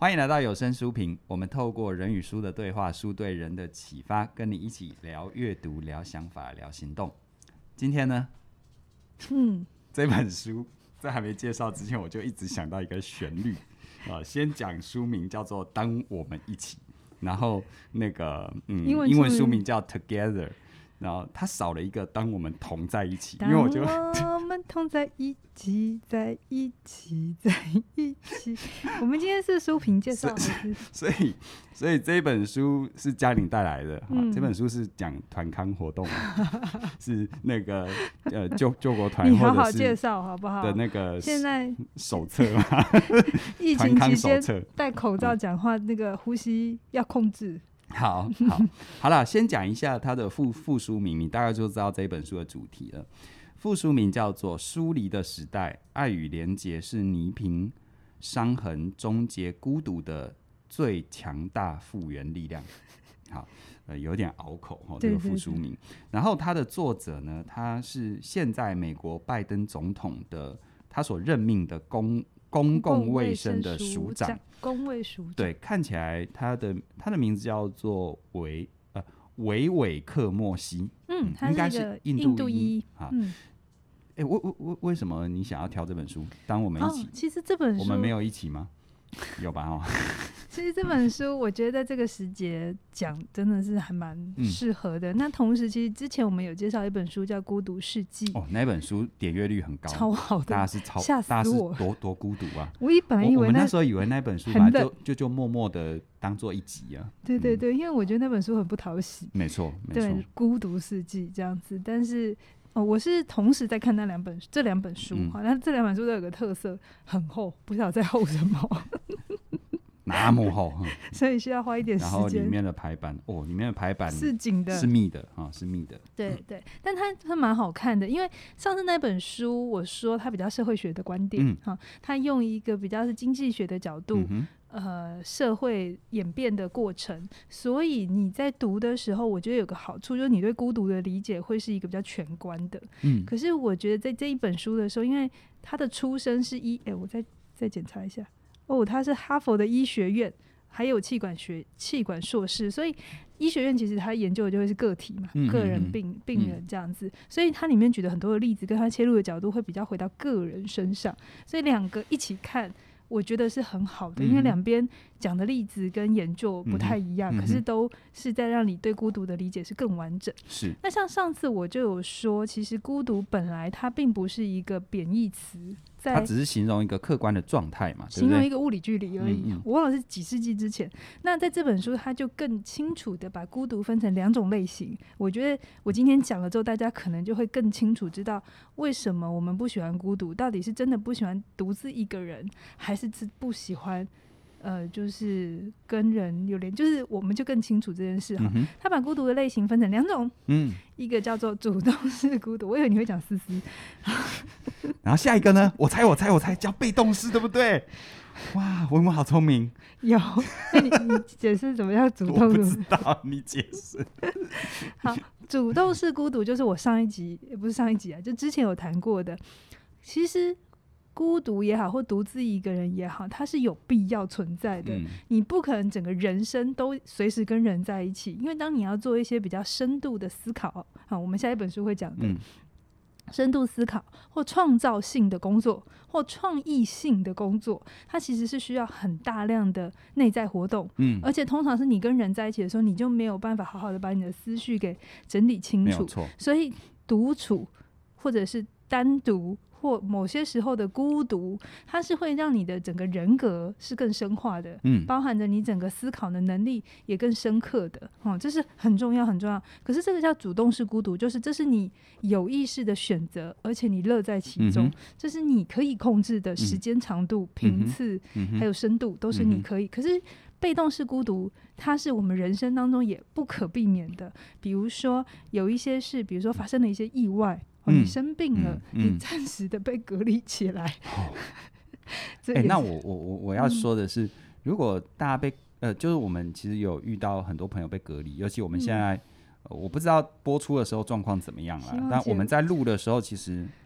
欢迎来到有声书评，我们透过人与书的对话，书对人的启发，跟你一起聊阅读、聊想法、聊行动。今天呢，这本书在还没介绍之前，我就一直想到一个旋律先讲书名叫做《当我们一起》，然后那个英文书名叫 Together， 然后它少了一个当我们同在一起，因为我就当我们同在一起，在一起，在一起。我们今天是书评介绍， 所以这一本书是嘉玲带来的，这本书是讲团康活动是那个救国团， 你好好介绍好不好？ 的那个现在手册嘛， 疫情期间戴口罩讲话，那个呼吸要控制。 好了，先讲一下它的副书名，你大概就知道这本书的主题了。副书名叫做《疏离的时代：爱与连结是弥平伤痕、终结孤独的最强大复原力量》。好，有点拗口这个副书名。然后它的作者呢，他是现在美国拜登总统的他所任命的公共卫生的署长。 公卫署长， 对，看起来他的名字叫做维韦克莫西，应该是印度裔。为什么你想要挑这本书？当我们一起， 其实这本书我们没有一起吗？有吧？ 其实这本书我觉得在这个时节讲真的是还蛮适合的。那同时其实之前我们有介绍一本书叫《孤独世纪》， 那本书点阅率很高， 超好的， 大家是吓死我，多孤独啊！ 我本来以为我们那时候以为那本书就默默的当做一集啊。 对对对，因为我觉得那本书很不讨喜， 没错， 对，《孤独世纪》这样子，但是。我是同时在看这两本书，那这两本书都有个特色，很厚，不晓得在厚什么， 那么厚， 所以需要花一点时间。 然后里面的排版，里面的排版是紧的， 是密的是密的。 对对，但它蛮好看的，因为上次那本书我说它比较社会学的观点，它用一个比较是经济学的角度。社会演变的过程，所以你在读的时候，我觉得有个好处，就是你对孤独的理解会是一个比较全观的。可是我觉得在这一本书的时候，因为他的出身是我再检查一下，他是哈佛的医学院，还有气管硕士，所以医学院其实他研究的就会是个体嘛，个人病人这样子，所以他里面举的很多的例子，跟他切入的角度会比较回到个人身上，所以两个一起看。我觉得是很好的，因为两边讲的例子跟研究不太一样，可是都是在让你对孤独的理解是更完整。 是。 那像上次我就有说，其实孤独本来它并不是一个贬义词， 它只是形容一个客观的状态嘛， 形容一个物理距离而已。我忘了是几世纪之前。那在这本书，它就更清楚的把孤独分成两种类型。我觉得我今天讲了之后，大家可能就会更清楚知道为什么我们不喜欢孤独，到底是真的不喜欢独自一个人，还是不喜欢就是跟人有联，就是我们就更清楚这件事哈。他把孤独的类型分成两种，一个叫做主动式孤独，我以为你会讲思思， 然后下一个呢？我猜叫被动式，对不对？哇，文文好聪明。 有，那你解释怎么样主动？ 我不知道，你解释。 好，主动式孤独就是我上一集也不是上一集啊，就之前有谈过的，其实。孤独也好，或独自一个人也好，它是有必要存在的。你不可能整个人生都随时跟人在一起，因为当你要做一些比较深度的思考，我们下一本书会讲的，深度思考或创造性的工作或创意性的工作，它其实是需要很大量的内在活动，而且通常是你跟人在一起的时候，你就没有办法好好的把你的思绪给整理清楚，所以独处或者是单独或某些时候的孤独，它是会让你的整个人格是更深化的，包含着你整个思考的能力也更深刻的，这是很重要很重要。可是这个叫主动式孤独，就是这是你有意识的选择，而且你乐在其中，这是你可以控制的时间长度、频次还有深度都是你可以。可是被动式孤独它是我们人生当中也不可避免的，比如说有一些事，比如说发生了一些意外，你生病了，你暂时的被隔离起来。 那我要说的是，如果大家就是我们其实有遇到很多朋友被隔离，尤其我们现在我不知道播出的时候状况怎么样啦，但我们在录的时候其实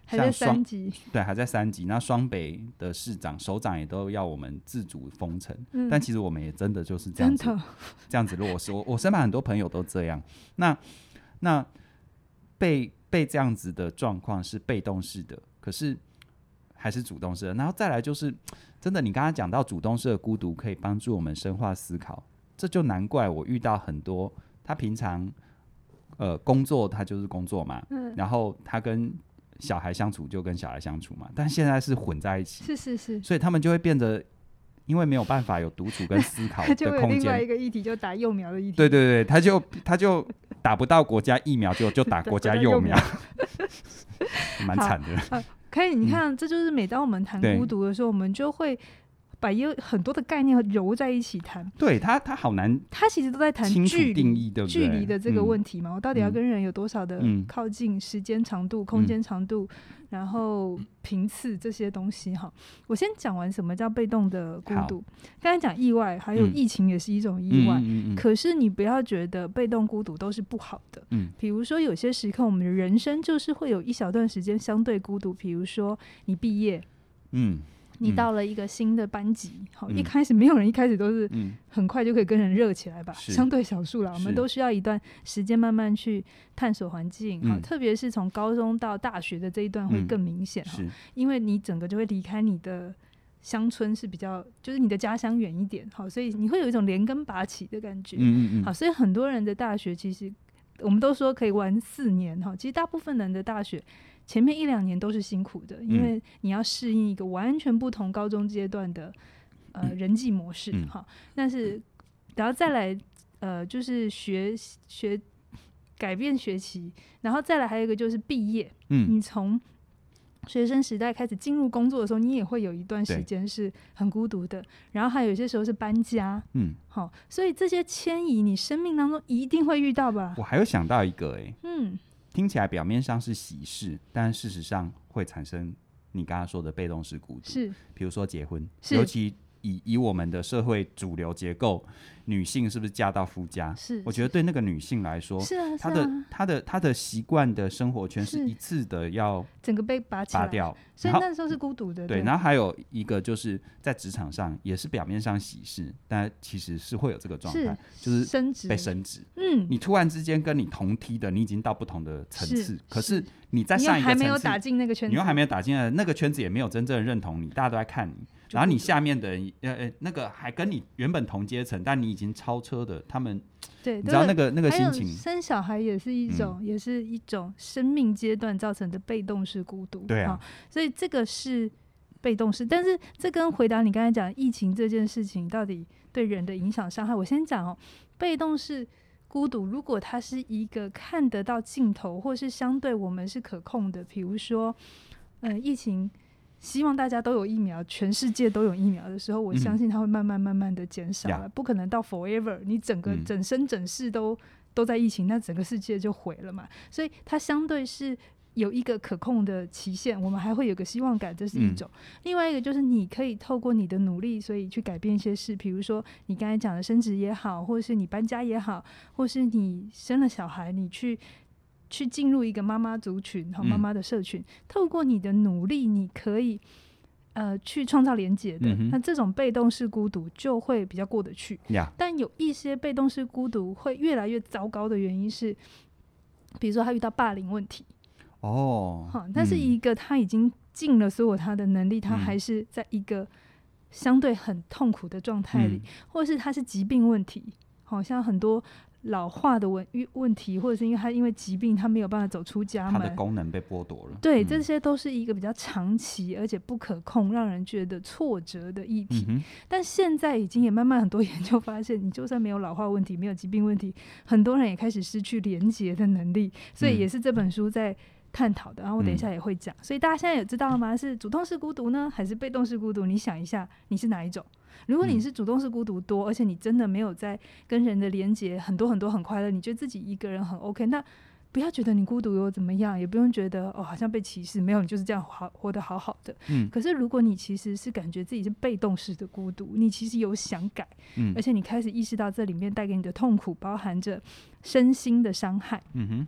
还在3级， 对，还在3级。那双北的市长、首长也都要我们自主封城，但其实我们也真的就是这样子落实。我身旁很多朋友都这样。那被这样子的状况是被动式的，可是还是主动式的。然后再来就是真的，你刚刚讲到主动式的孤独可以帮助我们深化思考，这就难怪我遇到很多他平常工作他就是工作嘛，然后他跟小孩相处就跟小孩相处嘛，但现在是混在一起， 是， 所以他们就会变得，因为没有办法有独处跟思考的空间， 就有另外一个议题，就打幼苗的议题。 对，他就打不到国家疫苗，就打国家幼苗，蛮惨的。 可以，你看，这就是每当我们谈孤独的时候，我们就会把很多的概念揉在一起谈。 对，他好难， 他其实都在谈距离， 对不对？ 距离的这个问题嘛，我到底要跟人有多少的靠近，时间长度、空间长度，然后频次这些东西哈。我先讲完什么叫被动的孤独。刚才讲意外，还有疫情也是一种意外，可是你不要觉得被动孤独都是不好的。比如说有些时刻，我们的人生就是会有一小段时间相对孤独，比如说你毕业，你到了一个新的班级，一开始没有人一开始都是很快就可以跟人热起来吧，相对少数啦，我们都需要一段时间慢慢去探索环境，特别是从高中到大学的这一段会更明显，因为你整个就会离开你的乡村，是比较就是你的家乡远一点，所以你会有一种连根拔起的感觉。好，所以很多人的大学其实我们都说可以玩4年，其实大部分人的大学前面1-2年都是辛苦的，因为你要适应一个完全不同高中阶段的人际模式，但是然后再来就是学改变学期，然后再来还有一个就是毕业，你从学生时代开始进入工作的时候，你也会有一段时间是很孤独的，然后还有些时候是搬家，所以这些迁移你生命当中一定会遇到吧。 我还有想到一个听起来表面上是喜事，但事实上会产生你刚刚说的被动式孤独，是比如说结婚，尤其以我们的社会主流结构，女性是不是嫁到夫家？是，我觉得对那个女性来说，她的习惯的生活圈是一次的要整个被拔掉，所以那时候是孤独的。 对，然后还有一个就是在职场上也是表面上喜事，但其实是会有这个状态，就是被升职。你突然之间跟你同梯的，你已经到不同同的层次，可是你在上一个层次， 你又还没有打进那个圈子， 你又还没有打进那个圈子，也没有真正认同你，大家都在看你。然后你下面的人，那个还跟你原本同阶层，但你已经超车的，他们，对，你知道那个心情。 生小孩也是一种，也是一种生命阶段造成的被动式孤独。 对啊， 所以这个是被动式，但是这跟回答你刚才讲疫情这件事情到底对人的影响伤害，我先讲被动式孤独，如果它是一个看得到尽头，或是相对我们是可控的，比如说，疫情。希望大家都有疫苗，全世界都有疫苗的时候，我相信它会慢慢的减少了，不可能到 forever， 你整个整身整世都在疫情，那整个世界就毁了嘛。所以它相对是有一个可控的期限，我们还会有个希望感，这是一种。另外一个就是你可以透过你的努力，所以去改变一些事，比如说你刚才讲的升职也好，或是你搬家也好，或是你生了小孩，你去进入一个妈妈族群和妈妈的社群，透过你的努力你可以去创造连结的，那这种被动式孤独就会比较过得去，但有一些被动式孤独会越来越糟糕的原因是，比如说他遇到霸凌问题但是一个他已经尽了所有他的能力，他还是在一个相对很痛苦的状态里，或是他是疾病问题，好像很多老化的问题，或者是因为他因为疾病他没有办法走出家门， 他的功能被剥夺了。 对，这些都是一个比较长期而且不可控，让人觉得挫折的议题。但现在已经也慢慢很多研究发现，你就算没有老化问题，没有疾病问题，很多人也开始失去连结的能力，所以也是这本书在探讨的，然后我等一下也会讲。所以大家现在也知道了吗？是主动式孤独呢，还是被动式孤独？你想一下，你是哪一种？如果你是主动式孤独多，而且你真的没有在跟人的连结很多很多很快乐，你觉得自己一个人很 OK， 那不要觉得你孤独又怎么样，也不用觉得好像被歧视，没有，你就是这样活得好好的。可是如果你其实是感觉自己是被动式的孤独，你其实有想改，而且你开始意识到这里面带给你的痛苦包含着身心的伤害，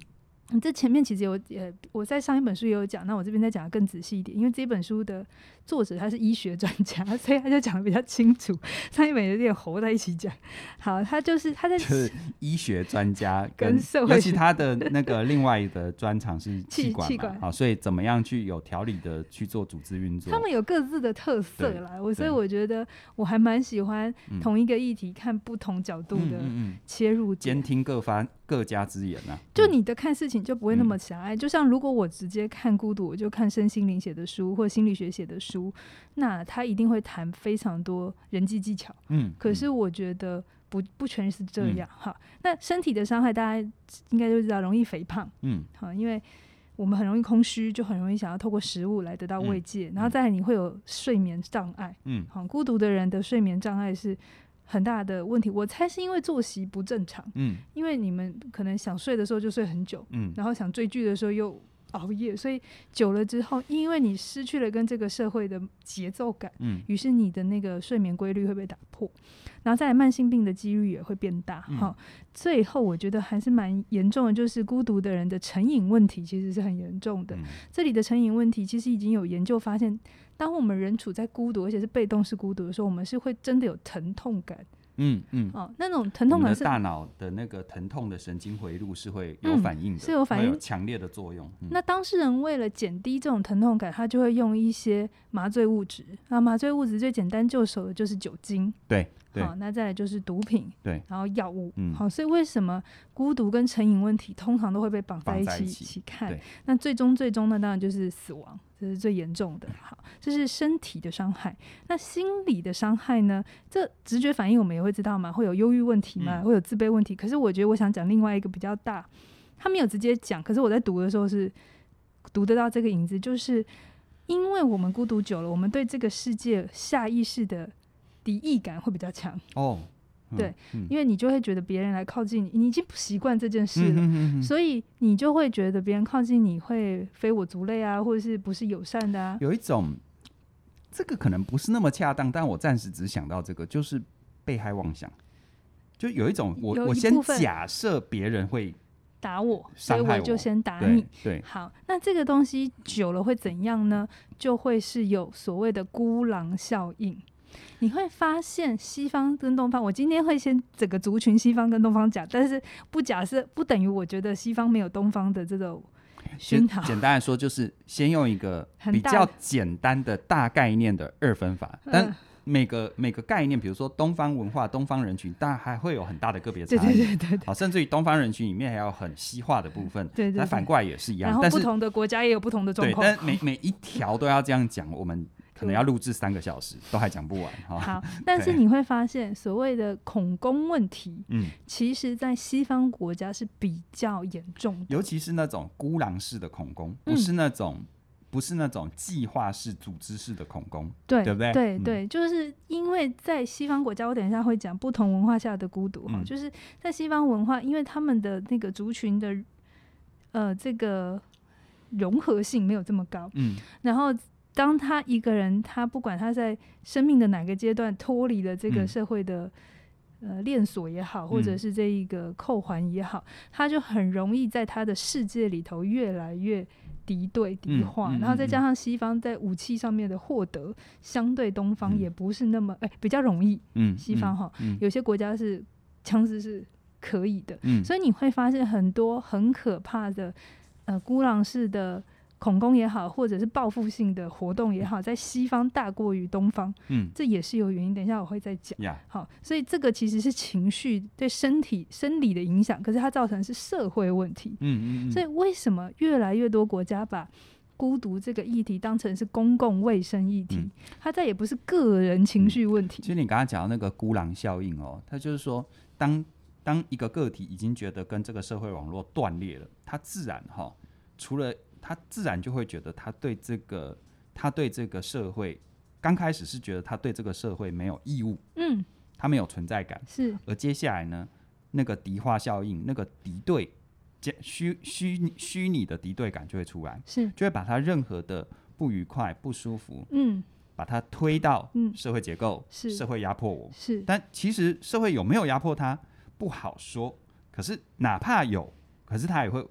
这前面其实有我在上一本书也有讲，那我这边再讲的更仔细一点，因为这本书的作者他是医学专家，所以他就讲的比较清楚。上一本有点合在一起讲。好，他在就是医学专家跟社会学， 尤其他的那个另外的专长是气管嘛， 管好，所以怎么样去有条理的去做组织运作， 他们有各自的特色啦。所以我觉得我还蛮喜欢同一个议题看不同角度的切入点， 监听各家之言啊。 就你的看事情就不会那么狭隘。就像如果我直接看孤独，我就看身心灵写的书或心理学写的书，那他一定会谈非常多人际技巧。可是我觉得不全是这样。好，那身体的伤害大家应该就知道，容易肥胖。好，因为我们很容易空虚，就很容易想要透过食物来得到慰藉。然后再来你会有睡眠障碍。好，孤独的人的睡眠障碍是很大的问题，我猜是因为作息不正常。因为你们可能想睡的时候就睡很久，然后想追剧的时候又熬夜，所以久了之后，因为你失去了跟这个社会的节奏感，于是你的那个睡眠规律会被打破，然后再来慢性病的几率也会变大。最后我觉得还是蛮严重的，就是孤独的人的成瘾问题其实是很严重的。这里的成瘾问题其实已经有研究发现，当我们人处在孤独而且是被动式孤独的时候，我们是会真的有疼痛感。那种疼痛感是大脑的那个疼痛的神经回路是会有反应的， 是有反应， 会有强烈的作用。 那当事人为了减低这种疼痛感，他就会用一些麻醉物质。那麻醉物质最简单就手的就是酒精， 对， 好，那再来就是毒品， 对， 然后药物。好，所以为什么孤独跟成瘾问题通常都会被绑在一起看？那最终呢，当然就是死亡。这是最严重的。好，这是身体的伤害。那心理的伤害呢？这直觉反应我们也会知道嘛，会有忧郁问题嘛，会有自卑问题。可是我觉得我想讲另外一个比较大，他没有直接讲，可是我在读的时候是读得到这个影子，就是因为我们孤独久了，我们对这个世界下意识的敌意感会比较强。对，因为你就会觉得别人来靠近你，你已经不习惯这件事了，所以你就会觉得别人靠近你会非我族类啊，或者是不是友善的啊。 有一种，这个可能不是那么恰当，但我暂时只想到这个，就是被害妄想。就有一种我先假设别人会打我，所以我就先打你。 对， 好，那这个东西久了会怎样呢？就会是有所谓的孤狼效应。你会发现西方跟东方，我今天会先整个族群西方跟东方讲，但是不等于我觉得西方没有东方的这种熏陶。 简单来说，就是先用一个比较简单的大概念的二分法，但每个概念，比如说东方文化、东方人群，当然还会有很大的个别差异。 对， 好，甚至于东方人群里面还有很西化的部分。 对， 那反过来也是一样。 然后不同的国家也有不同的状况。 对，但每一条都要这样讲，我们可能要录制3个小时都还讲不完。 好，但是你会发现所谓的恐攻问题，其实在西方国家是比较严重的， 尤其是那种孤狼式的恐攻，不是那种计划式、组织式的恐攻，对不对？ 对，就是因为在西方国家，我等一下会讲不同文化下的孤独。就是在西方文化，因为他们的那个族群的这个融合性没有这么高，然后当他一个人，他不管他在生命的哪个阶段脱离了这个社会的链锁也好，或者是这一个扣环也好，他就很容易在他的世界里头越来越敌对敌化，然后再加上西方在武器上面的获得相对东方也不是那么比较容易。西方有些国家是枪支是可以的，所以你会发现很多很可怕的孤狼式的恐攻也好，或者是报复性的活动也好，在西方大过于东方，这也是有原因，等一下我会再讲。好，所以这个其实是情绪对生理的影响，可是它造成是社会问题。所以为什么越来越多国家把孤独这个议题当成是公共卫生议题，它再也不是个人情绪问题。 其实你刚刚讲到那个孤狼效应它就是说当一个个体已经觉得跟这个社会网络断裂了，他自然他自然就会觉得他对这个社会刚开始是觉得他对这个社会没有义务，他没有存在感， 是。 而接下来呢，那个敌化效应，那个敌对虚拟的敌对感就会出来， 是， 就会把他任何的不愉快、不舒服，把它推到社会结构，社会压迫我， 是。 但其实社会有没有压迫他不好说，可是哪怕有，可是他也会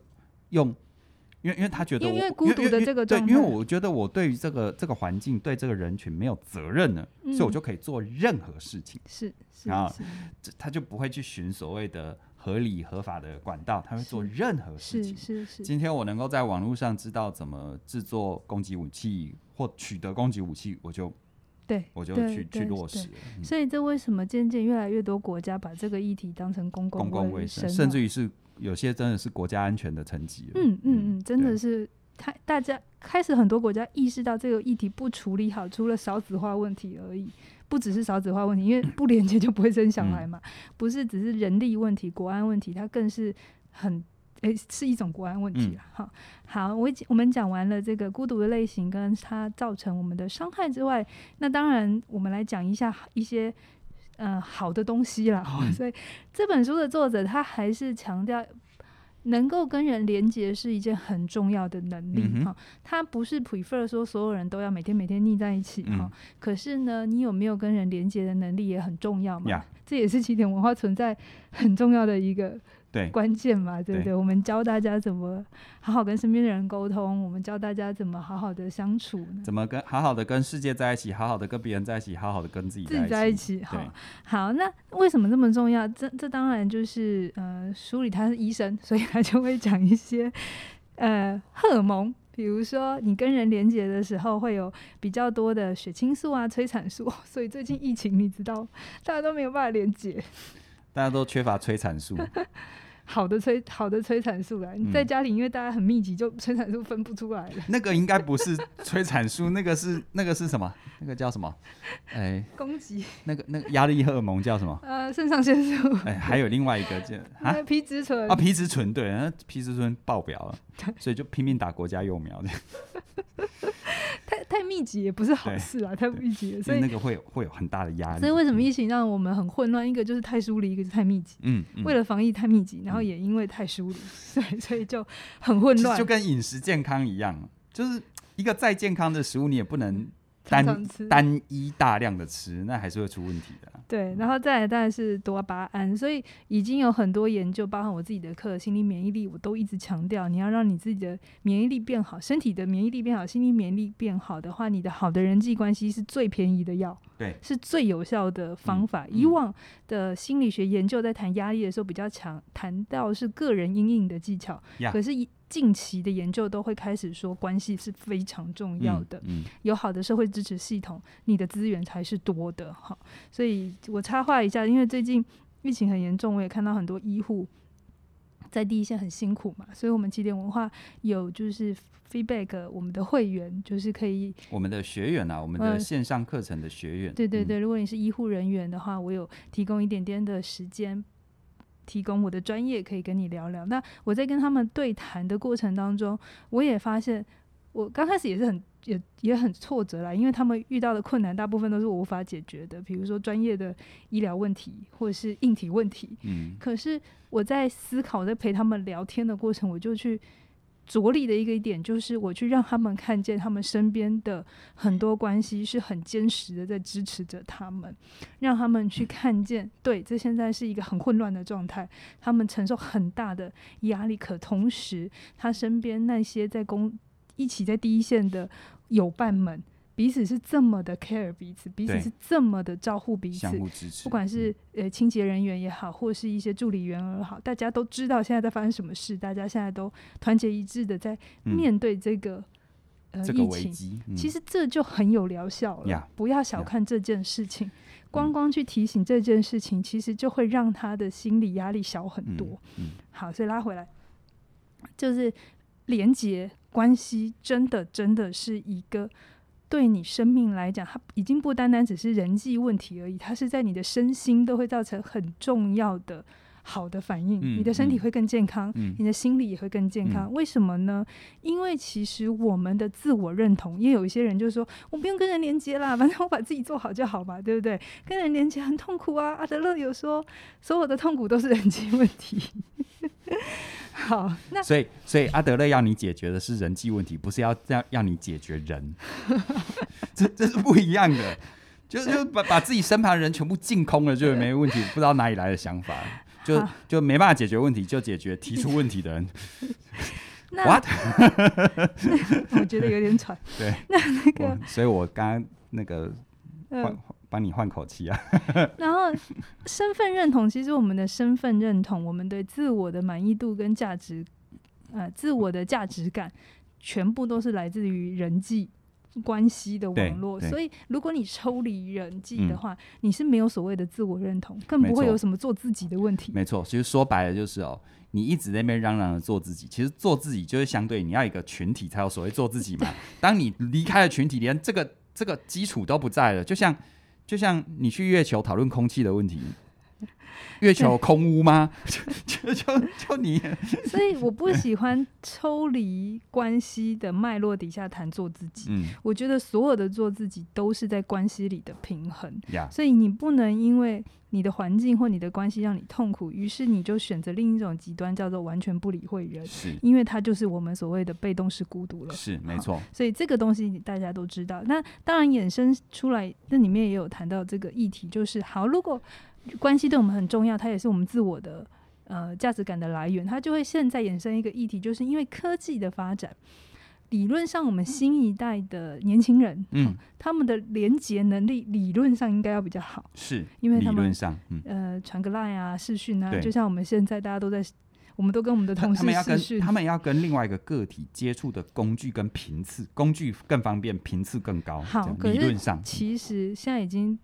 用，因为他觉得因为孤独的这个状态， 因为我觉得我对于这个环境对这个人群没有责任了，所以我就可以做任何事情，然后他就不会去寻所谓的合理合法的管道，他会做任何事情。 是今天我能够在网络上知道怎么制作攻击武器或取得攻击武器，我就去落实了。 所以这为什么渐渐越来越多国家把这个议题当成公共卫生， 甚至于是有些真的是国家安全的层级了。 真的是大家开始很多国家意识到这个议题不处理好，除了少子化问题而已。不只是少子化问题，因为不连接就不会生小孩嘛，不是只是人力问题、国安问题，它更是是一种国安问题啦。好，我们讲完了这个孤独的类型跟它造成我们的伤害之外，那当然我们来讲一下一些好的东西啦。所以这本书的作者他还是强调能够跟人连结是一件很重要的能力。他不是 prefer 说所有人都要每天腻在一起。可是呢，你有没有跟人连结的能力也很重要嘛。这也是起点文化存在很重要的一个关键嘛，对不对？我们教大家怎么好好跟身边的人沟通，我们教大家怎么好好的相处呢， 怎么好好的跟世界在一起，好好的跟别人在一起，好好的跟自己在一起。 好，那为什么这么重要？这当然就是书里他是医生，所以他就会讲一些荷尔蒙，比如说你跟人连结的时候会有比较多的血清素啊、催产素，所以最近疫情你知道大家都没有办法连结， 大家都缺乏催产素。 好的催产素啦，你在家里因为大家很密集，就催产素分不出来了。 那个应该不是催产素，那个是什么？那个叫什么？ 攻击。 那个压力荷尔蒙叫什么？ 肾上腺素。 还有另外一个叫皮质醇。 皮质醇，对，那皮质醇爆表了，所以就拼命打国家幼苗。 太密集也不是好事啊，太密集了，所以那个会有很大的压力。 所以为什么疫情让我们很混乱？一个就是太疏离，一个就是太密集。为了防疫太密集，然后也因为太疏离，所以就很混乱。 就跟饮食健康一样，就是一个再健康的食物，你也不能单一大量的吃，那还是会出问题的。 对，然后再来当然是多巴胺，所以已经有很多研究，包含我自己的课心理免疫力，我都一直强调，你要让你自己的免疫力变好，身体的免疫力变好，心理免疫力变好的话，你的好的人际关系是最便宜的药， 对， 是最有效的方法。以往的心理学研究在谈压力的时候比较谈到是个人因应的技巧，可是近期的研究都会开始说关系是非常重要的，有好的社会支持系统，你的资源才是多的。所以我插话一下，因为最近疫情很严重，我也看到很多医护在第一线很辛苦嘛，所以我们起点文化有就是 feedback 我们的会员，就是可以我们的学员啊，我们的线上课程的学员， 对，如果你是医护人员的话，我有提供一点点的时间，提供我的专业可以跟你聊聊。那我在跟他们对谈的过程当中，我也发现我刚开始也是也很挫折啦，因为他们遇到的困难大部分都是我无法解决的，比如说专业的医疗问题或者是硬体问题。可是我在思考，在陪他们聊天的过程，我就去着力的一个点，就是我去让他们看见他们身边的很多关系是很坚实的在支持着他们，让他们去看见，对，这现在是一个很混乱的状态，他们承受很大的压力，可同时他身边那些一起在第一线的友伴们，彼此是这么的 care 彼此是这么的照顾彼此， 相互支持， 不管是清洁人员也好，或是一些助理员也好，大家都知道现在在发生什么事，大家现在都团结一致的在面对这个疫情，其实这就很有疗效了。不要小看这件事情，光去提醒这件事情，其实就会让他的心理压力小很多。好，所以拉回来，就是连结关系真的是一个对你生命来讲，它已经不单单只是人际问题而已，它是在你的身心都会造成很重要的好的反应。你的身体会更健康，你的心理也会更健康。为什么呢？因为其实我们的自我认同，因为有一些人就说我不用跟人连接啦，反正我把自己做好就好嘛，对不对？跟人连接很痛苦啊，阿德勒有说所有的痛苦都是人际问题。好，那所以阿德勒要你解决的是人际问题，不是要你解决人。这是不一样的，就把自己身旁的人全部净空了就没问题，不知道哪里来的想法，就没办法解决问题，就解决提出问题的人。 What？ 我觉得有点喘。 对， 那个， 所以我刚刚那个帮你换口气啊。 然后身份认同，其实我们的身份认同，我们对自我的满意度跟价值，自我的价值感，全部都是来自于人际关系的网络。所以如果你抽离人际的话，你是没有所谓的自我认同，更不会有什么做自己的问题。 没错，其实说白了就是你一直在那边嚷嚷的做自己，其实做自己就是相对你要一个群体才有所谓做自己嘛。当你离开了群体，连这个基础都不在了，就像你去月球讨论空气的问题，月球空污吗？就你。 所以我不喜欢抽离关系的脉络底下谈做自己。我觉得所有的做自己都是在关系里的平衡。所以你不能因为你的环境或你的关系让你痛苦，于是你就选择另一种极端，叫做完全不理会人，因为它就是我们所谓的被动式孤独了。 是，没错。 所以这个东西大家都知道。那当然衍生出来，那里面也有谈到这个议题，就是好，如果关系对我们很重要，它也是我们自我的价值感的来源，它就会现在衍生一个议题，就是因为科技的发展，理论上我们新一代的年轻人，他们的连结能力理论上应该要比较好， 是因为他们理论上传个 LINE 啊、视讯啊，就像我们现在大家都在，我们都跟我们的同事视讯， 他们要跟另外一个个体接触的工具跟频次，工具更方便，频次更高。 好， 理论上其实现在已经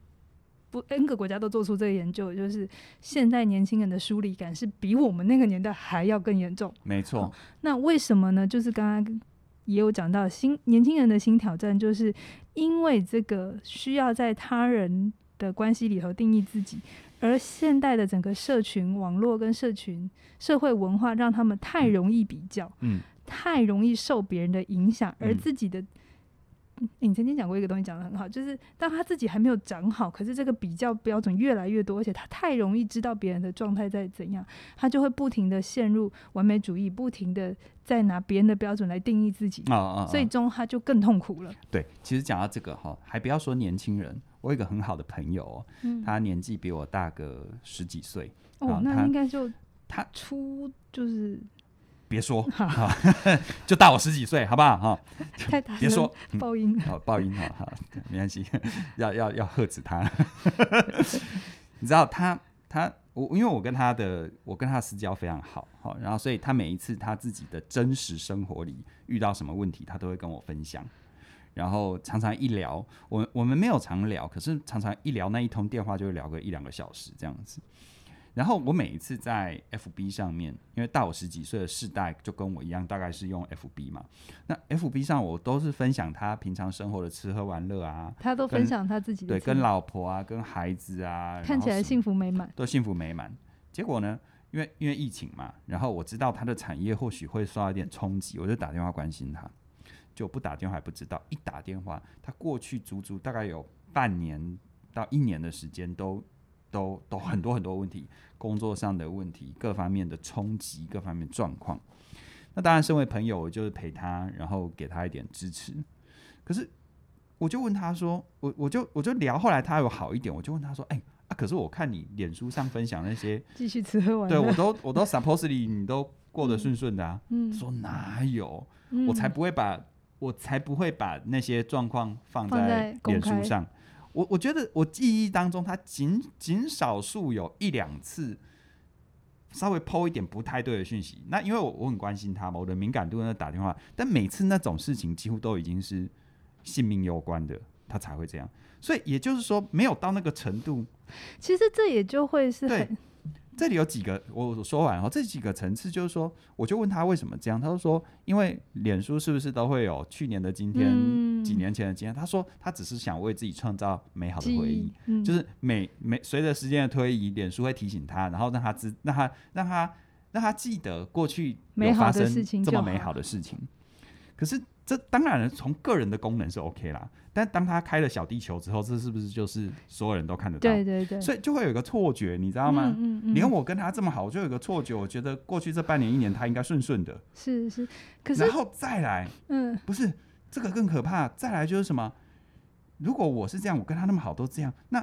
N 个国家都做出这个研究，就是现代年轻人的疏离感是比我们那个年代还要更严重。 没错。 那为什么呢？就是刚刚也有讲到年轻人的新挑战，就是因为这个需要在他人的关系里头定义自己，而现代的整个社群网络跟社会文化让他们太容易比较，太容易受别人的影响，而自己的你曾经讲过一个东西讲得很好，就是当他自己还没有长好，可是这个比较标准越来越多，而且他太容易知道别人的状态在怎样，他就会不停的陷入完美主义，不停的在拿别人的标准来定义自己，最终他就更痛苦了。 对，其实讲到这个还不要说年轻人，我有一个很好的朋友他年纪比我大个10几岁那应该就他就是别说就大我10几岁好不好太大声别说爆音爆音好没关系要喝止他你知道因为我跟他的私交非常好，然后所以他每一次他自己的真实生活里遇到什么问题他都会跟我分享，然后常常一聊我们没有常聊，可是常常一聊那一通电话就会聊个1-2个小时这样子。然后我每一次在 FB 上面，因为大我10几岁的世代就跟我一样大概是用 FB 嘛，那 FB 上我都是分享他平常生活的吃喝玩乐啊， 他都分享他自己的， 对，跟老婆啊跟孩子啊， 看起来幸福美满， 都幸福美满。结果呢因为疫情嘛，然后我知道他的产业或许会受到一点冲击，我就打电话关心他，就不打电话还不知道，一打电话他过去足足大概有半年到1年的时间都很多很多问题，工作上的问题，各方面的冲击，各方面状况。那当然身为朋友我就是陪他，然后给他一点支持。可是我就问他说，我就聊，后来他有好一点，我就问他说可是我看你脸书上分享那些继续吃喝玩乐， 对，我都 supposedly 你都过得顺顺的啊，说哪有，我才不会把那些状况放在脸书上。我觉得我记忆当中他仅少数有1-2次稍微 po 一点不太对的讯息，那因为我很关心他嘛，我的敏感度在打电话，但每次那种事情几乎都已经是性命攸关的，他才会这样。所以也就是说没有到那个程度。 其实这也就会是对，这里有几个我说完这几个层次，就是说我就问他为什么这样，他就说因为脸书是不是都会有去年的今天、几年前的今天，他说他只是想为自己创造美好的回忆，就是随着时间的推移，脸书会提醒他，然后让他记得过去有发生这么美好的事情。可是这当然从个人的功能是 OK 啦，但当他开了小地球之后，这是不是就是所有人都看得到？ 对对对， 所以就会有一个错觉，你知道吗？连我跟他这么好，我就有一个错觉，我觉得过去这半年1年他应该顺顺的。 是，可是然后再来，不是这个更可怕。再来就是什么？如果我是这样，我跟他那么好都这样，那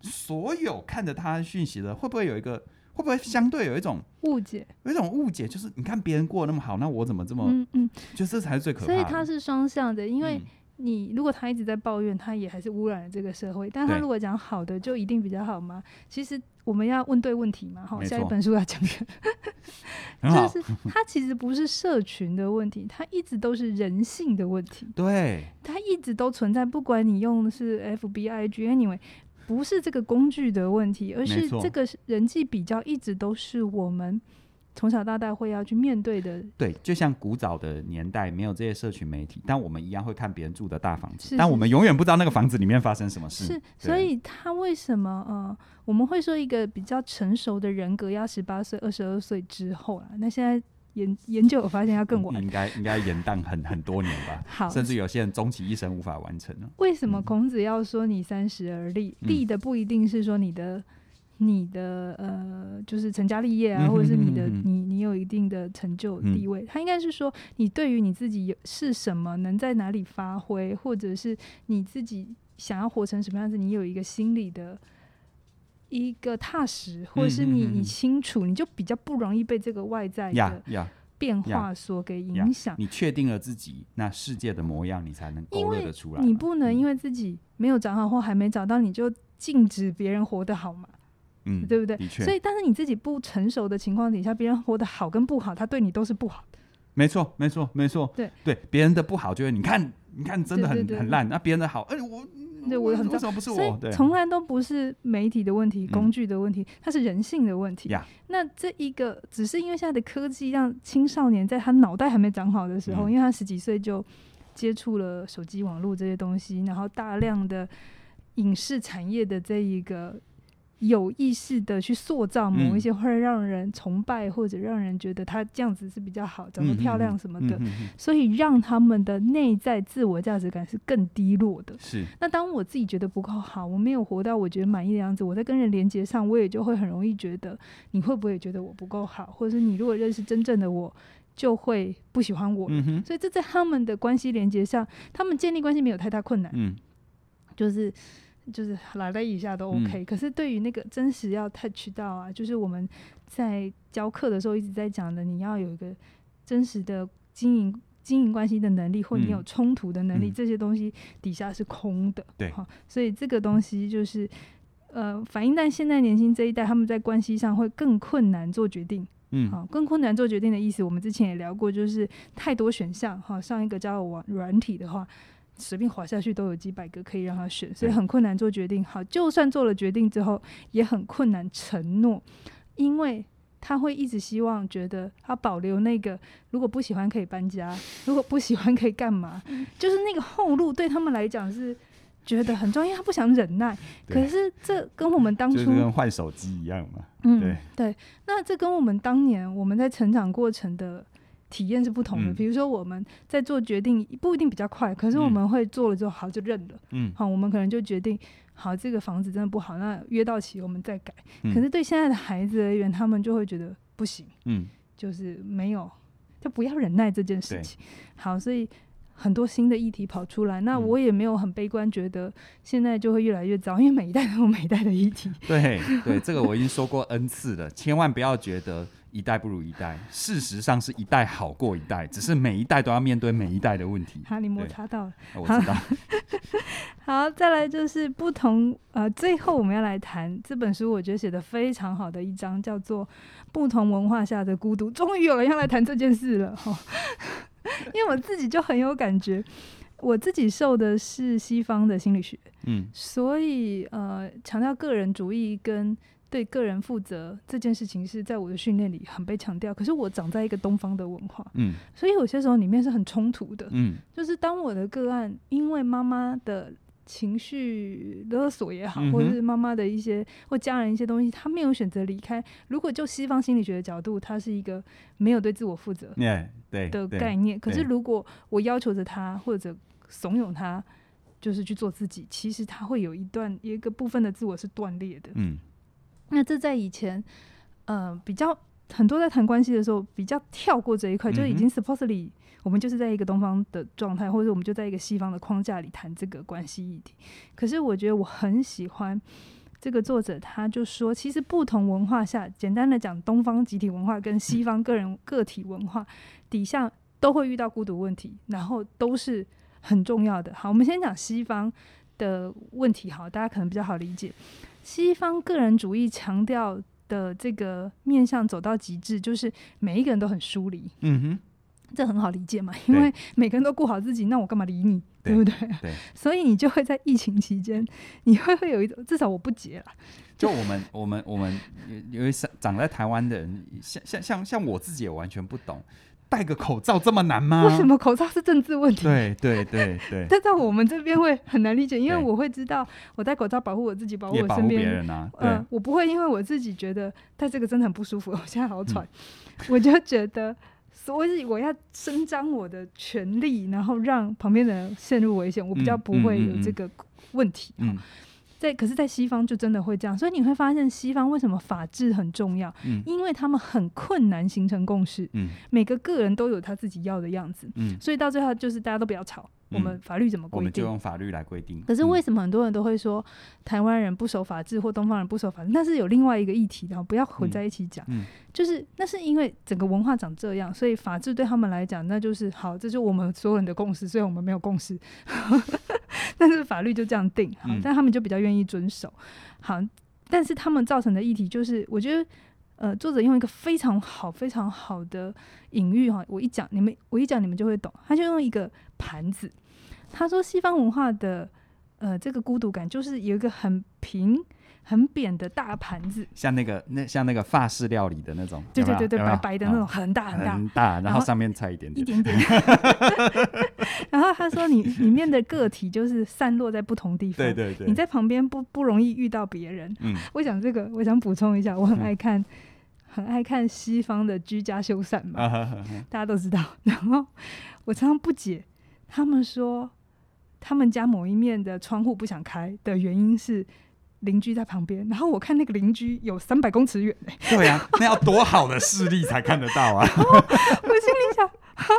所有看着他讯息的会不会相对有一种误解， 就是你看别人过得那么好，那我怎么这么就这才是最可怕的。 所以它是双向的，因为你如果他一直在抱怨，他也还是污染了这个社会，但他如果讲好的就一定比较好吗？其实我们要问对问题嘛，下一本书要讲的就是它其实不是社群的问题，它一直都是人性的问题， 对， 它一直都存在，不管你用的是 FB、IG，anyway， 不是这个工具的问题，而是这个人际比较一直都是我们从小到大会要去面对的。 对，就像古早的年代没有这些社群媒体，但我们一样会看别人住的大房子，但我们永远不知道那个房子里面发生什么事。 是，所以他为什么我们会说一个比较成熟的人格要18岁、22岁之后啦？那现在研究有发现要更晚， 应该延宕很多年吧。好，甚至有些人终其一生无法完成了。 为什么孔子要说你30而立？立的不一定是说你的就是成家立业啊，或者是你有一定的成就地位，他应该是说你对于你自己是什么，能在哪里发挥，或者是你自己想要活成什么样子，你有一个心理的一个踏实，或者是你清楚，你就比较不容易被这个外在的变化所给影响。 你确定了自己那世界的模样，你才能勾勒得出来。 你不能因为自己没有找好或还没找到，你就禁止别人活得好嘛。对不对？所以但是你自己不成熟的情况底下，别人活得好跟不好，他对你都是不好的。 没错。对，别人的不好就是你看真的很烂，那别人的好，我很为什么不是我？所以从来都不是媒体的问题、工具的问题，它是人性的问题。那这一个只是因为现在的科技让青少年在他脑袋还没长好的时候，因为他10几岁就接触了手机、网络这些东西，然后大量的影视产业的这一个有意识的去塑造某一些会让人崇拜或者让人觉得他这样子是比较好，长得漂亮什么的，所以让他们的内在自我价值感是更低落的。 是。 那当我自己觉得不够好，我没有活到我觉得满意的样子，我在跟人连接上，我也就会很容易觉得你会不会也觉得我不够好，或者是你如果认识真正的我就会不喜欢我。所以这在他们的关系连接上，他们建立关系没有太大困难。就是来了一下都 OK，可是对于那个真实要 touch 到啊，就是我们在教课的时候一直在讲的，你要有一个真实的经营关系的能力，或你有冲突的能力，这些东西底下是空的。 对， 所以这个东西就是反映在现在年轻这一代，他们在关系上会更困难做决定。更困难做决定的意思，我们之前也聊过，就是太多选项。上一个交友软体的话，随便滑下去都有几百个可以让他选，所以很困难做决定。好，就算做了决定之后，也很困难承诺，因为他会一直希望觉得他保留那个，如果不喜欢可以搬家，如果不喜欢可以干嘛，就是那个后路对他们来讲是觉得很重要，因为他不想忍耐。可是这跟我们当初就是跟换手机一样嘛。 对，那这跟我们当年我们在成长过程的体验是不同的。比如说我们在做决定不一定比较快，可是我们会做了之后好就认了。好，我们可能就决定好这个房子真的不好，那约到期我们再改。可是对现在的孩子而言，他们就会觉得不行。就是没有，就不要忍耐这件事情。好，所以很多新的议题跑出来，那我也没有很悲观，觉得现在就会越来越糟，因为每一代都有每一代的议题。 对，这个我已经说过 N 次了，千万不要觉得一代不如一代，事实上是一代好过一代，只是每一代都要面对每一代的问题。 好，你摩擦到了， 我知道。 好，再来就是不同最后我们要来谈这本书，我觉得写得非常好的一章，叫做《不同文化下的孤独》。终于有人要来谈这件事了，因为我自己就很有感觉。我自己受的是西方的心理学，所以强调个人主义跟对个人负责这件事情是在我的训练里很被强调。可是我长在一个东方的文化，所以有些时候里面是很冲突的。就是当我的个案因为妈妈的情绪勒索也好，或者是妈妈的一些或家人一些东西，他没有选择离开。如果就西方心理学的角度，它是一个没有对自我负责的概念。可是如果我要求着他或者怂恿他就是去做自己，其实他会有一个部分的自我是断裂的。那这在以前比较很多在谈关系的时候比较跳过这一块，就已经 supposedly 我们就是在一个东方的状态，或者我们就在一个西方的框架里谈这个关系议题。可是我觉得我很喜欢这个作者他就说，其实不同文化下，简单的讲，东方集体文化跟西方个体文化底下都会遇到孤独问题，然后都是很重要的。好，我们先讲西方的问题，好，大家可能比较好理解。西方个人主义强调的这个面向走到极致，就是每一个人都很疏离。这很好理解嘛，因为每个人都顾好自己，那我干嘛理你， 对不对？所以你就会在疫情期间，你会有一种，至少我不解了。 就我们有一长在台湾的人，像我自己也完全不懂，戴个口罩这么难吗？ 为什么口罩是政治问题？ 对。 这在我们这边会很难理解，因为我会知道我戴口罩保护我自己，保护我身边也保护别人啊。 我不会因为我自己觉得戴这个真的很不舒服，我现在好喘，我就觉得。所以我要伸张我的权利，然后让旁边的人陷入危险，我比较不会有这个问题。可是在西方就真的会这样，所以你会发现西方为什么法治很重要，因为他们很困难形成共识，每个个人都有他自己要的样子，所以到最后就是大家都不要吵，我们法律怎么规定我们就用法律来规定。 可是为什么很多人都会说台湾人不守法治或东方人不守法治，那是有另外一个议题的，不要混在一起讲，就是那是因为整个文化长这样，所以法治对他们来讲那就是好，这就是我们所有人的共识，虽然我们没有共识但是法律就这样定，好，但他们就比较愿意遵守。好，但是他们造成的议题就是我觉得作者用一个非常好的隐喻，我一讲你们就会懂。他就用一个盘子，他说西方文化的这个孤独感就是有一个很平很扁的大盘子，像那个法式料理的那种， 对，白白的那种，很大， 然后上面菜一点点然后他说你里面的个体就是散落在不同地方， 对， 你在旁边不容易遇到别人。我想我想补充一下，我很爱看西方的居家修缮嘛，大家都知道。然后我常常不解，他们说他们家某一面的窗户不想开的原因是邻居在旁边，然后我看那个邻居有300公尺远对啊，那要多好的视力才看得到啊我心里想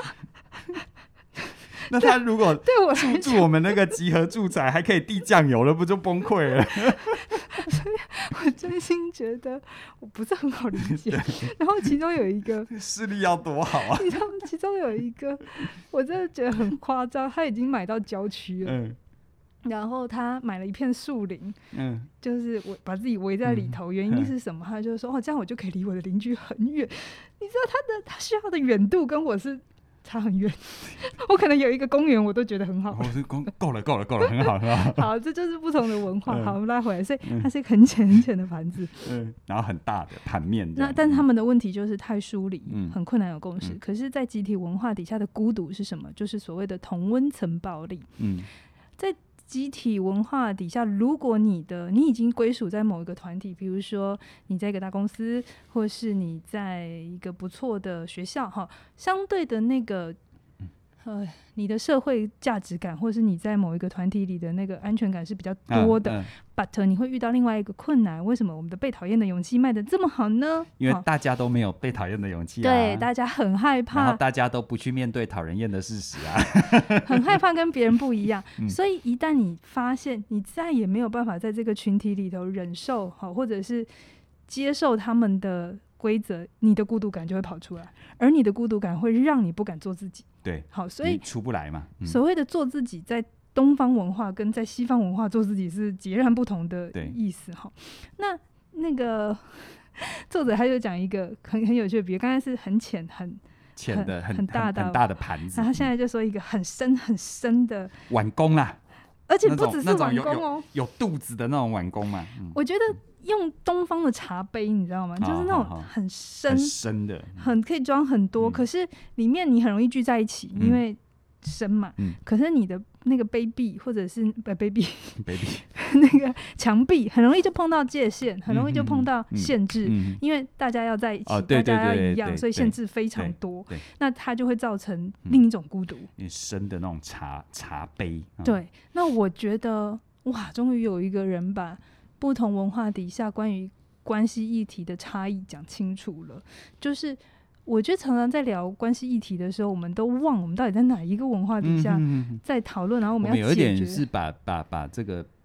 那他如果住我们那个集合住宅还可以递酱油了，不就崩溃了所以我真心觉得我不是很好理解。然后其中有一个视力要多好啊， 你知道其中有一个我真的觉得很夸张，他已经买到郊区了，然后他买了一片树林，就是我把自己围在里头，原因是什么？他就说这样我就可以离我的邻居很远。你知道他需要的远度跟我是差很远我可能有一个公园我都觉得很好， 够了很好好，这就是不同的文化。好，我们拉回来，所以它是一个很浅的盘子， 然后很大的盘面。 但是他们的问题就是太疏离，很困难有共识。可是在集体文化底下的孤独是什么？就是所谓的同温层暴力。在集体文化底下，如果你已经归属在某一个团体，比如说你在一个大公司，或是你在一个不错的学校，相对的那个你的社会价值感，或是你在某一个团体里的那个安全感是比较多的。but 你会遇到另外一个困难，为什么我们的被讨厌的勇气卖得这么好呢？ 因为大家都没有被讨厌的勇气对，大家很害怕， 然后大家都不去面对讨人厌的事实很害怕跟别人不一样所以一旦你发现你再也没有办法在这个群体里头忍受或者是接受他们的规则，你的孤独感就会跑出来，而你的孤独感会让你不敢做自己。 对， 好，所以你出不来嘛。 所谓的做自己，在东方文化跟在西方文化做自己是截然不同的意思。那个作者他就讲一个很有趣的比喻，刚才是很浅的很大的盘子， 然后他现在就说一个很深的碗公啦， 而且不只是碗公有肚子的那种碗公嘛。 我觉得用东方的茶杯你知道吗，就是那种很深的， 可以装很多可是里面你很容易聚在一起因为深嘛可是你的那个杯壁或者是杯壁那个墙壁很容易就碰到界限，很容易就碰到限制因为大家要在一起大家要一样，所以限制非常多，那它就会造成另一种孤独， 深的那种茶杯对，那我觉得哇，终于有一个人把不同文化底下关于关系议题的差异讲清楚了。就是我觉得常常在聊关系议题的时候，我们都忘我们到底在哪一个文化底下在讨论，然后我们要解决。 有一点是把这个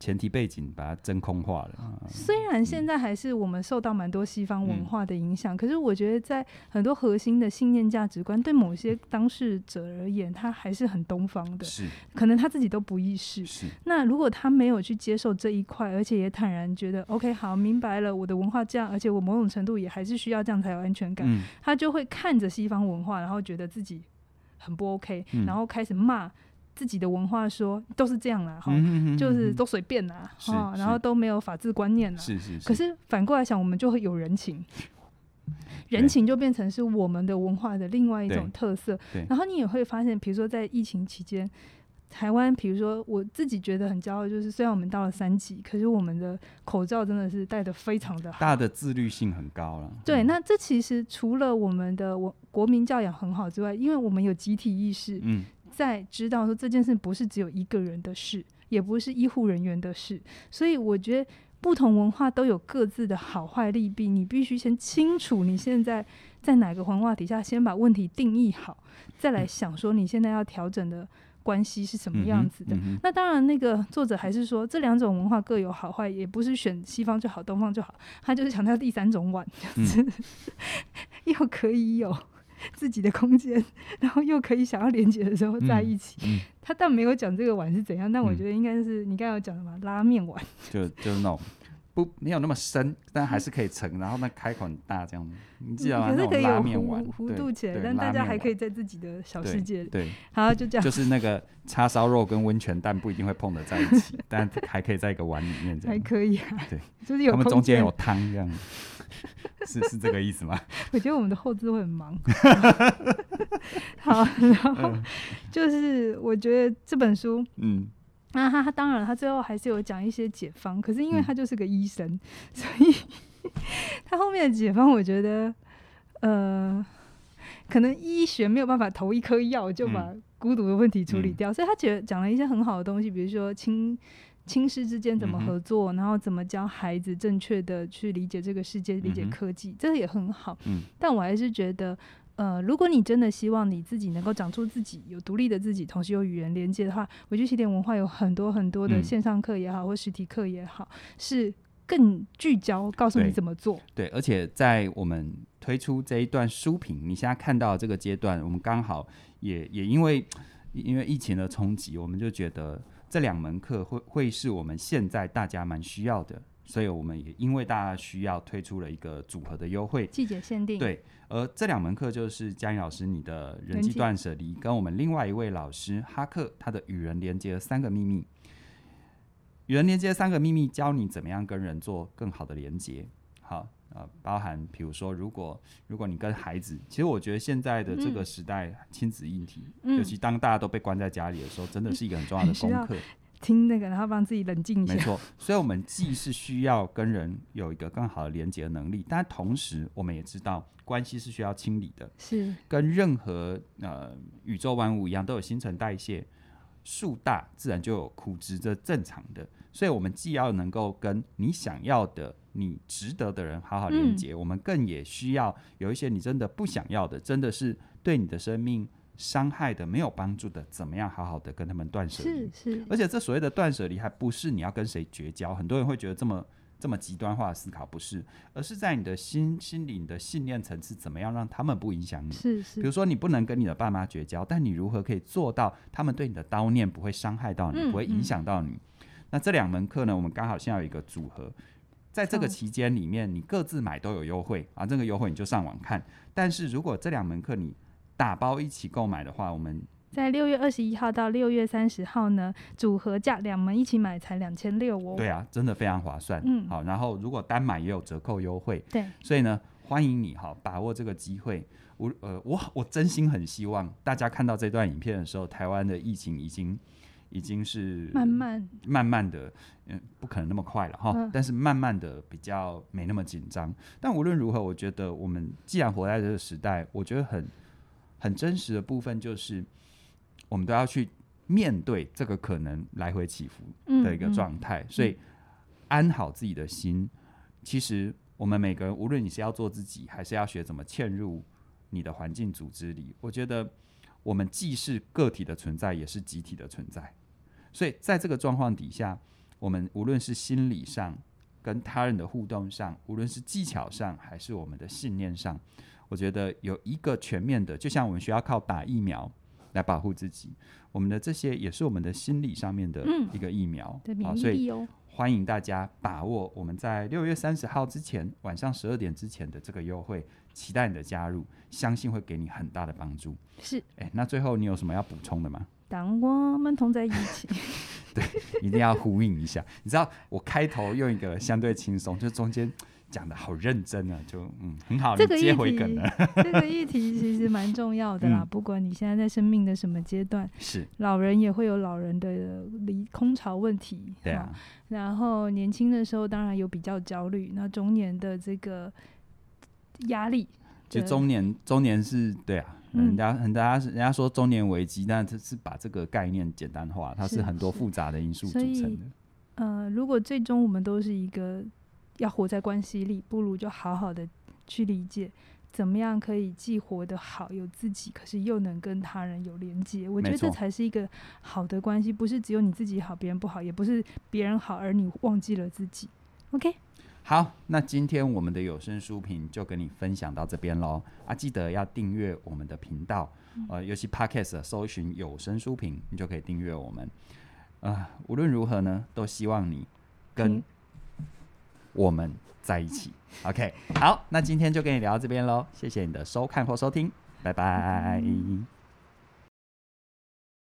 前提背景把它真空化了。 虽然现在还是我们受到蛮多西方文化的影响，可是我觉得在很多核心的信念价值观，对某些当事者而言，他还是很东方的， 是可能他自己都不意识。那如果他没有去接受这一块，而且也坦然觉得 OK 好，明白了，我的文化这样，而且我某种程度也还是需要这样才有安全感，他就会看着西方文化，然后觉得自己很不 OK，然后开始骂自己的文化，说都是这样啦，就是都随便啦，然后都没有法治观念啦。可是反过来想，我们就会有人情，人情就变成是我们的文化的另外一种特色。然后你也会发现，比如说在疫情期间，台湾，比如说我自己觉得很骄傲，就是虽然我们到了3级，可是我们的口罩真的是戴得非常的好， 大的自律性很高了。 对，那这其实除了我们的国民教养很好之外，因为我们有集体意识，在知道说这件事不是只有一个人的事，也不是医护人员的事，所以我觉得不同文化都有各自的好坏利弊，你必须先清楚你现在在哪个文化底下，先把问题定义好，再来想说你现在要调整的关系是什么样子的。那当然那个作者还是说这2种文化各有好坏，也不是选西方就好东方就好，他就是强调第3种碗，就是又可以有自己的空间，然后又可以想要连结的时候在一起。他但没有讲这个碗是怎样，但我觉得应该是你刚才有讲的嘛，拉面碗就那种没有那么深，但还是可以盛，然后那开口很大这样。你记得吗？ 可是可以有弧度起来，但大家还可以在自己的小世界里。 对， 好，就这样。 就是那个叉烧肉跟温泉蛋不一定会碰得在一起，但还可以在一个碗里面这样。 还可以啊。 对， 就是有他们中间有汤这样。是这个意思吗？ 我觉得我们的后制会很忙。好，然后就是我觉得这本书，那他当然他最后还是有讲一些解方，可是因为他就是个医生，所以他后面的解方我觉得可能医学没有办法投一颗药就把孤独的问题处理掉，所以他讲了一些很好的东西，比如说亲师之间怎么合作，然后怎么教孩子正确的去理解这个世界，理解科技，这也很好。但我还是觉得如果你真的希望你自己能够长出自己有独立的自己，同时有语言连接的话，我觉得起点文化有很多很多的线上课也好，或实体课也好，是更聚焦告诉你怎么做。 对，而且在我们推出这一段书评，你现在看到这个阶段，我们刚好也因为疫情的冲击，我们就觉得这2门课会是我们现在大家蛮需要的，所以我们也因为大家需要推出了一个组合的优惠， 季节限定。 对，而这2门课就是嘉颖老师你的人际断舍离，跟我们另外一位老师哈克他的与人连接的3个秘密。与人连接3个秘密，教你怎么样跟人做更好的连接。好，包含比如说如果你跟孩子，其实我觉得现在的这个时代，亲子议题，尤其当大家都被关在家里的时候，真的是一个很重要的功课。 听那个，然后帮自己冷静一下。 没错，所以我们既是需要跟人有一个更好的连接的能力，但同时我们也知道关系是需要清理的， 是跟任何宇宙万物一样，都有新陈代谢，树大自然就有枯枝，这正常的。所以我们既要能够跟你想要的、你值得的人好好连接，我们更也需要有一些你真的不想要的，真的是对你的生命伤害的、没有帮助的，怎么样好好的跟他们断舍离。 是， 而且这所谓的断舍离，还不是你要跟谁绝交，很多人会觉得这么极端化的思考，不是，而是在你的心灵的信念层次，怎么样让他们不影响你。 是， 比如说你不能跟你的爸妈绝交，但你如何可以做到他们对你的叨念不会伤害到你，不会影响到你。那这2门课呢，我们刚好现在有一个组合，在这个期间里面，你各自买都有优惠啊，这个优惠你就上网看。但是如果这2门课你打包一起购买的话，我们在6月21号到6月30号呢，组合价2门一起买才2600哦。 对啊，真的非常划算。好，然后如果单买也有折扣优惠。 对， 所以呢，欢迎你把握这个机会。我真心很希望大家看到这段影片的时候，台湾的疫情已经是慢慢的，不可能那么快了哈，但是慢慢的比较没那么紧张。但无论如何，我觉得我们既然活在这个时代，我觉得很真实的部分就是我们都要去面对这个可能来回起伏的一个状态，所以安好自己的心。其实我们每个人，无论你是要做自己，还是要学怎么嵌入你的环境组织里，我觉得我们既是个体的存在，也是集体的存在。所以在这个状况底下， 我们无论是心理上跟他人的互动上，无论是技巧上还是我们的信念上，我觉得有一个全面的，就像我们需要靠打疫苗来保护自己，我们的这些也是我们的心理上面的一个疫苗， 的免疫力哦。 欢迎大家把握我们在6月30号之前晚上12点之前的这个优惠，期待你的加入，相信会给你很大的帮助。 是， 那最后你有什么要补充的吗？ 当我们同在一起对，一定要呼应一下。你知道我开头用一个相对轻松，就中间讲的好认真啊，就很好， 这个你接回梗了。 这个议题其实蛮重要的啦，不管你现在在生命的什么阶段， 是老人也会有老人的空巢问题， 对啊， 然后年轻的时候当然有比较焦虑，那中年的这个压力， 就中年是对啊。人家说中年危机，但是把这个概念简单化，它是很多复杂的因素组成的。 如果最终我们都是一个要活在关系里，不如就好好的去理解怎么样可以既活得好有自己，可是又能跟他人有连接。我觉得这才是一个好的关系，不是只有你自己好别人不好，也不是别人好而你忘记了自己。 OK， 好，那今天我们的有声书评就跟你分享到这边咯。记得要订阅我们的频道，尤其 Podcast 搜寻有声书评，你就可以订阅我们。无论如何呢，都希望你跟我们在一起。OK， 好，那今天就跟你聊到这边咯，谢谢你的收看或收听，拜拜。